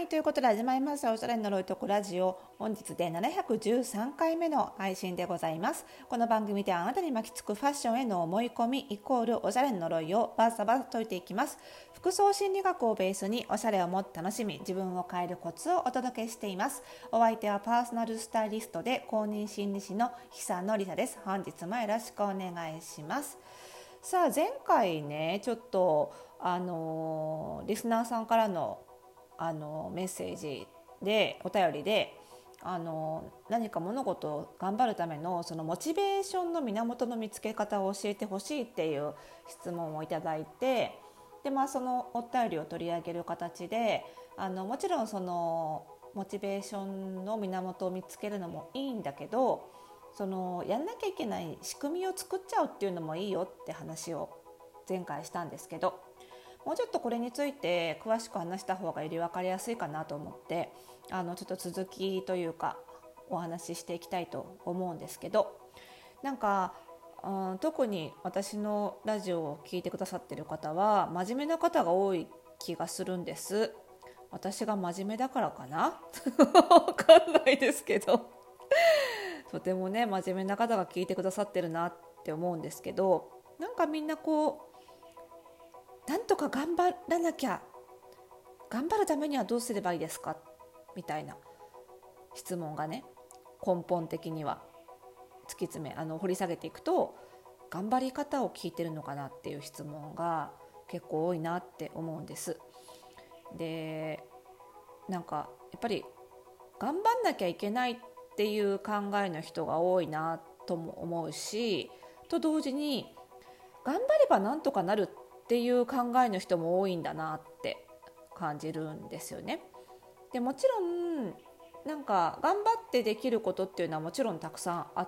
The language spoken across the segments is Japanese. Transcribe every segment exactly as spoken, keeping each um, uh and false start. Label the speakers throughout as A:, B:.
A: ということで始まりましたおしゃれの呪いとこラジオ。本日でななひゃくじゅうさんかいめの配信でございます。この番組ではあなたに巻きつくファッションへの思い込みイコールおしゃれの呪いをバサバサ解いていきます。服装心理学をベースにおしゃれをもっと楽しみ、自分を変えるコツをお届けしています。お相手はパーソナルスタイリストで公認心理師の久野里沙です。本日もよろしくお願いします。さあ、前回ねちょっとあのー、リスナーさんからのあのメッセージでお便りであの何か物事を頑張るためのそのモチベーションの源の見つけ方を教えてほしいっていう質問をいただいて、で、まあ、そのお便りを取り上げる形であのもちろんそのモチベーションの源を見つけるのもいいんだけど、そのやんなきゃいけない仕組みを作っちゃうっていうのもいいよって話を前回したんですけど、もうちょっとこれについて詳しく話した方がより分かりやすいかなと思ってあのちょっと続きというかお話ししていきたいと思うんですけど、なんか、うん、特に私のラジオを聞いてくださっている方は真面目な方が多い気がするんです。私が真面目だからかな分かんないですけどとてもね真面目な方が聞いてくださってるなって思うんですけど、なんかみんなこうなんとか頑張らなきゃ、頑張るためにはどうすればいいですかみたいな質問がね、根本的には突き詰めあの掘り下げていくと頑張り方を聞いてるのかなっていう質問が結構多いなって思うんです。で、なんかやっぱり頑張んなきゃいけないっていう考えの人が多いなとも思うし、と同時に頑張ればなんとかなるっていう考えの人も多いんだなって感じるんですよね。でもちろんなんか頑張ってできることっていうのはもちろんたくさんあって、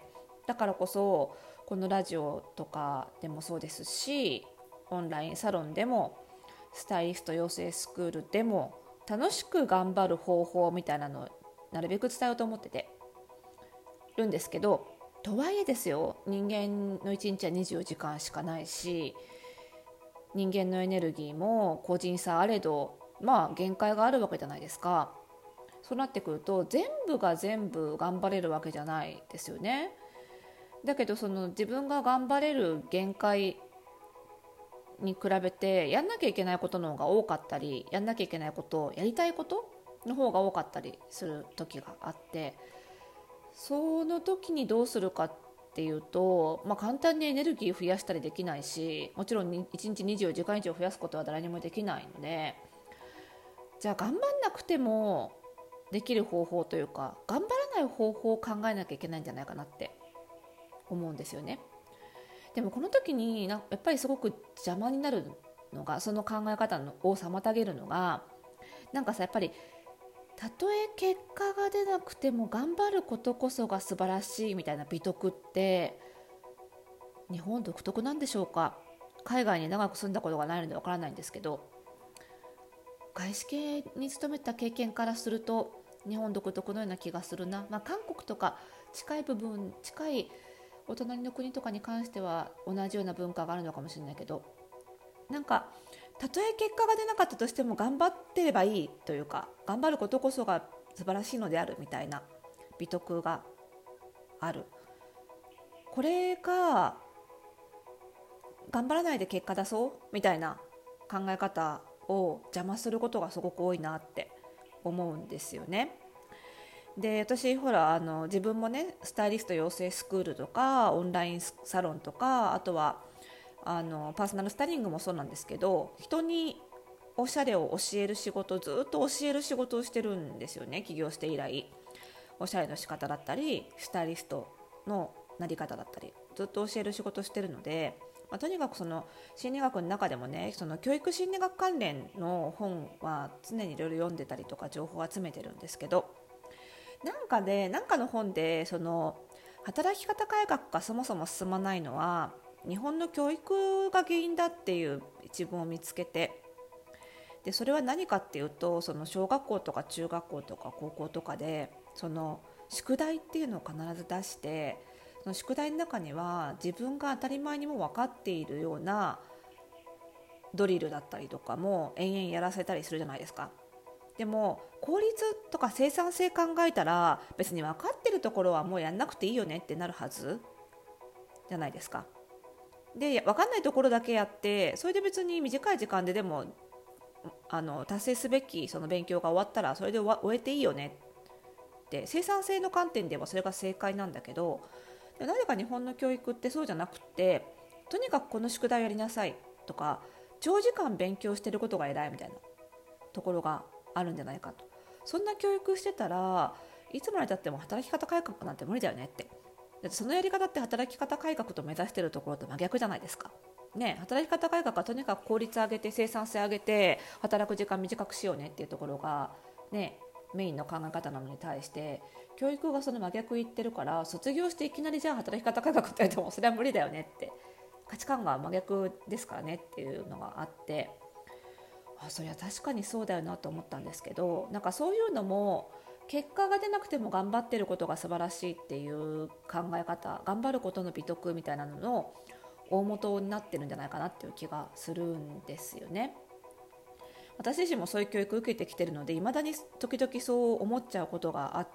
A: だからこそこのラジオとかでもそうですし、オンラインサロンでもスタイリスト養成スクールでも楽しく頑張る方法みたいなのをなるべく伝えようと思っててるんですけど、とはいえですよ、人間のいちにちはにじゅうよじかんしかないし、人間のエネルギーも個人差あれど、まあ限界があるわけじゃないですか。そうなってくると全部が全部頑張れるわけじゃないですよね。だけどその自分が頑張れる限界に比べてやんなきゃいけないことの方が多かったり、やんなきゃいけないことをやりたいことの方が多かったりする時があって、その時にどうするかっていうと、まあ、簡単にエネルギー増やしたりできないし、もちろんいちにちにじゅうよじかん以上増やすことは誰にもできないので、じゃあ頑張んなくてもできる方法というか頑張らない方法を考えなきゃいけないんじゃないかなって思うんですよね。でもこの時にやっぱりすごく邪魔になるのが、その考え方を妨げるのが、なんかさ、やっぱりたとえ結果が出なくても頑張ることこそが素晴らしいみたいな美徳って日本独特なんでしょうか。海外に長く住んだことがないのでわからないんですけど、外資系に勤めた経験からすると日本独特のような気がするな。まあ、韓国とか近い部分、近いお隣の国とかに関しては同じような文化があるのかもしれないけど、なんかたとえ結果が出なかったとしても頑張ってればいいというか、頑張ることこそが素晴らしいのであるみたいな美徳がある。これが頑張らないで結果出そうみたいな考え方を邪魔することがすごく多いなって思うんですよね。で、私ほらあの自分もねスタイリスト養成スクールとかオンラインサロンとか、あとはあのパーソナルスタイリングもそうなんですけど、人におしゃれを教える仕事、ずっと教える仕事をしてるんですよね。起業して以来おしゃれの仕方だったりスタイリストのなり方だったりずっと教える仕事をしてるので、まあ、とにかくその心理学の中でもね、その教育心理学関連の本は常にいろいろ読んでたりとか情報を集めてるんですけど、なんかで、なんかの本でその働き方改革がそもそも進まないのは日本の教育が原因だっていう一文を見つけて、でそれは何かっていうと、その小学校とか中学校とか高校とかでその宿題っていうのを必ず出して、その宿題の中には自分が当たり前にも分かっているようなドリルだったりとかも延々やらせたりするじゃないですか。 でも効率とか生産性考えたら別に分かってるところはもうやんなくていいよねってなるはずじゃないですか。で分かんないところだけやってそれで別に短い時間ででもあの達成すべきその勉強が終わったらそれで終えていいよねって生産性の観点ではそれが正解なんだけど、なぜか日本の教育ってそうじゃなくて、とにかくこの宿題やりなさいとか長時間勉強してることが偉いみたいなところがあるんじゃないかと。そんな教育してたらいつまでたっても働き方改革なんて無理だよねって。だってそのやり方って働き方改革と目指してるところと真逆じゃないですか。ね、働き方改革はとにかく効率上げて生産性上げて働く時間短くしようねっていうところが、ね、メインの考え方なのに対して教育がその真逆言ってるから、卒業していきなりじゃあ働き方改革って言われてもそれは無理だよねって、価値観が真逆ですからねっていうのがあって、あ、そりゃ確かにそうだよなと思ったんですけど、なんかそういうのも結果が出なくても頑張ってることが素晴らしいっていう考え方、頑張ることの美徳みたいなのの大元になってるんじゃないかなっていう気がするんですよね。私自身もそういう教育を受けてきてるので、未だに時々そう思っちゃうことがあって、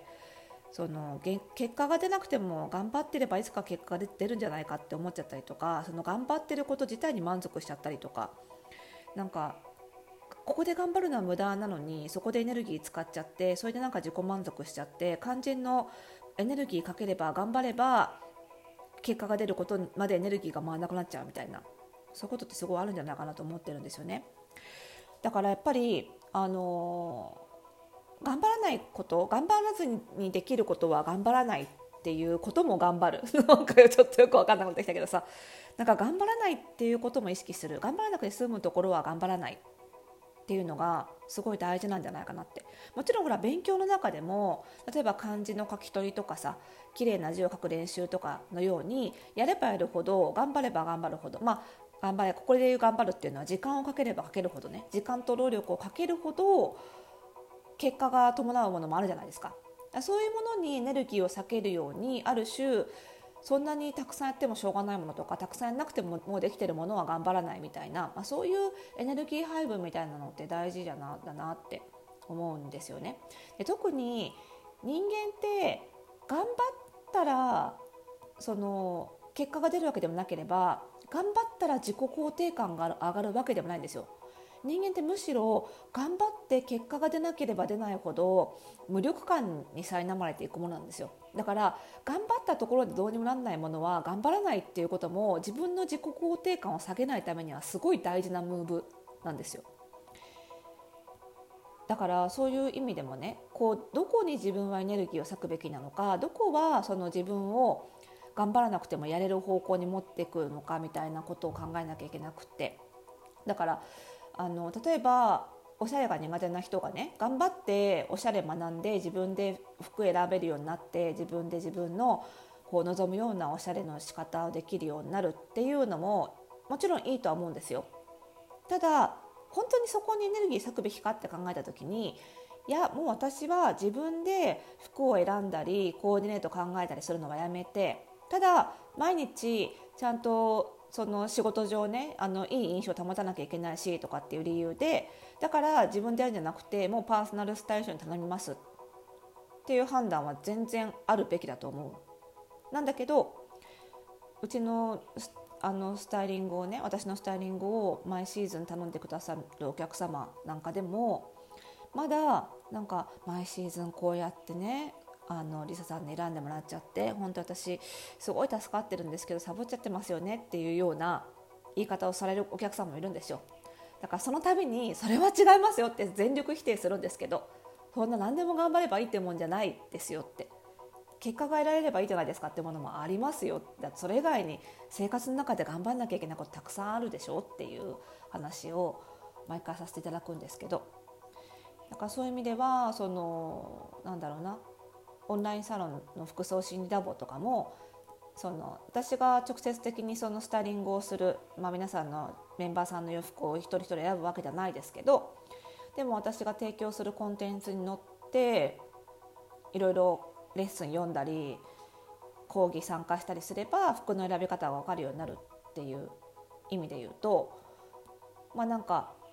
A: その結果が出なくても頑張ってればいつか結果が出るんじゃないかって思っちゃったりとか、その頑張ってること自体に満足しちゃったりとか、なんかここで頑張るのは無駄なのにそこでエネルギー使っちゃって、それでなんか自己満足しちゃって、肝心のエネルギーかければ頑張れば結果が出ることまでエネルギーが回らなくなっちゃうみたいな、そういうことってすごいあるんじゃないかなと思ってるんですよね。だからやっぱり、あのー、頑張らないこと、頑張らずにできることは頑張らないっていうことも頑張るなんかちょっとよく分かんなくなってきたけどさ、なんか頑張らないっていうことも意識する、頑張らなくて済むところは頑張らないっていうのがすごい大事なんじゃないかなって。もちろんほら勉強の中でも例えば漢字の書き取りとかさ、綺麗な字を書く練習とかのようにやればやるほど、頑張れば頑張るほど、まあ頑張れ、ここで言う頑張るっていうのは時間をかければかけるほどね、時間と労力をかけるほど結果が伴うものもあるじゃないですか。そういうものにエネルギーを避けるように、ある種そんなにたくさんやってもしょうがないものとか、たくさんやらなくてももうできてるものは頑張らないみたいな、まあ、そういうエネルギー配分みたいなのって大事だな、だなって思うんですよね。で特に人間って頑張ったらその結果が出るわけでもなければ、頑張ったら自己肯定感が上がるわけでもないんですよ。人間ってむしろ頑張って結果が出なければ出ないほど無力感に苛まれていくものなんですよ。だから頑張ったところでどうにもならないものは頑張らないっていうことも、自分の自己肯定感を下げないためにはすごい大事なムーブなんですよ。だからそういう意味でもね、こうどこに自分はエネルギーを割くべきなのか、どこはその自分を頑張らなくてもやれる方向に持っていくのかみたいなことを考えなきゃいけなくって、だからあの例えばおしゃれが苦手な人がね、頑張っておしゃれ学んで自分で服選べるようになって、自分で自分のこう望むようなおしゃれの仕方をできるようになるっていうのももちろんいいとは思うんですよ。ただ本当にそこにエネルギー割くべきかって考えた時に、いやもう私は自分で服を選んだりコーディネート考えたりするのはやめて、ただ毎日ちゃんとその仕事上ね、あのいい印象を保たなきゃいけないしとかっていう理由で、だから自分でやるんじゃなくてもうパーソナルスタイリストに頼みますっていう判断は全然あるべきだと思う。なんだけどうちのあのスタイリングをね、私のスタイリングを毎シーズン頼んでくださるお客様なんかでも、まだなんか毎シーズンこうやってね、あのリサさんに選んでもらっちゃって本当私すごい助かってるんですけどサボっちゃってますよねっていうような言い方をされるお客さんもいるんですよ。だからその度にそれは違いますよって全力否定するんですけど、そんな何でも頑張ればいいってもんじゃないですよって、結果が得られればいいじゃないですかってものもありますよ。だそれ以外に生活の中で頑張んなきゃいけないことたくさんあるでしょっていう話を毎回させていただくんですけど、だからそういう意味ではそのなんだろうな、オンラインサロンの服装心理ラボとかも、その私が直接的にそのスタイリングをする、まあ、皆さんのメンバーさんの洋服を一人一人選ぶわけじゃないですけど、でも私が提供するコンテンツに乗っていろいろレッスン読んだり講義参加したりすれば服の選び方が分かるようになるっていう意味で言うと、まあなんか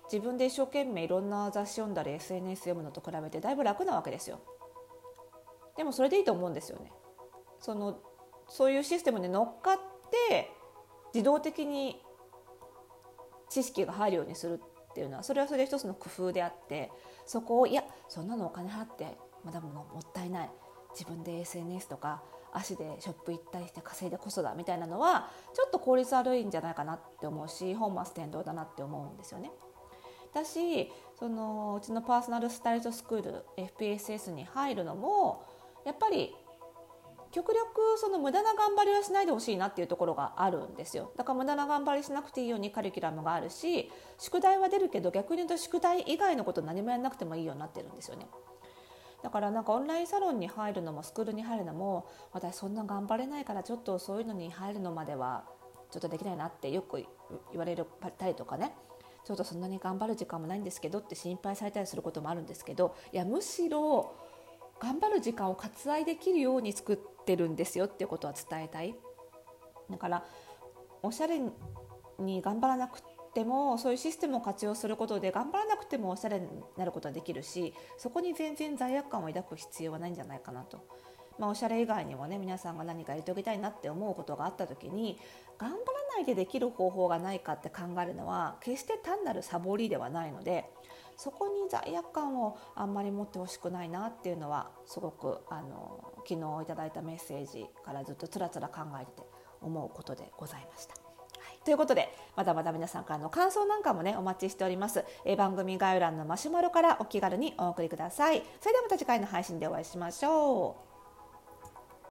A: 自分で一生懸命いろんな雑誌読んだり エスエヌエス 読むのと比べてだいぶ楽なわけですよ。でもそれでいいと思うんですよね。そのそういうシステムに乗っかって自動的に知識が入るようにするっていうのは、それはそれで一つの工夫であって、そこをいやそんなのお金払ってまだももったいない、自分で エスエヌエス とか足でショップ行ったりして稼いでこそだみたいなのはちょっと効率悪いんじゃないかなって思うし、本末転倒だなって思うんですよね。だし、そのうちのパーソナルスタイリストスクール エフピーエスエス に入るのもやっぱり極力その無駄な頑張りはしないでほしいなっていうところがあるんですよ。だから無駄な頑張りしなくていいようにカリキュラムがあるし、宿題は出るけど逆に言うと宿題以外のこと何もやらなくてもいいようになってるんですよね。だからなんかオンラインサロンに入るのもスクールに入るのも、私そんな頑張れないからちょっとそういうのに入るのまではちょっとできないなってよく言われたりとかね、ちょっとそんなに頑張る時間もないんですけどって心配されたりすることもあるんですけど、いやむしろ頑張る時間を割愛できるように作ってるんですよっていうことは伝えたい。だからおしゃれに頑張らなくても、そういうシステムを活用することで頑張らなくてもおしゃれになることはできるし、そこに全然罪悪感を抱く必要はないんじゃないかなと。まあ、おしゃれ以外にもね、皆さんが何かやり遂げたいなって思うことがあった時に、頑張らないでできる方法がないかって考えるのは決して単なるサボりではないので、そこに罪悪感をあんまり持ってほしくないなっていうのはすごくあの昨日いただいたメッセージからずっとつらつら考えてて思うことでございました。はい、ということでまだまだ皆さんからの感想なんかもねお待ちしております。え番組概要欄のマシュマロからお気軽にお送りください。それではまた次回の配信でお会いしましょう。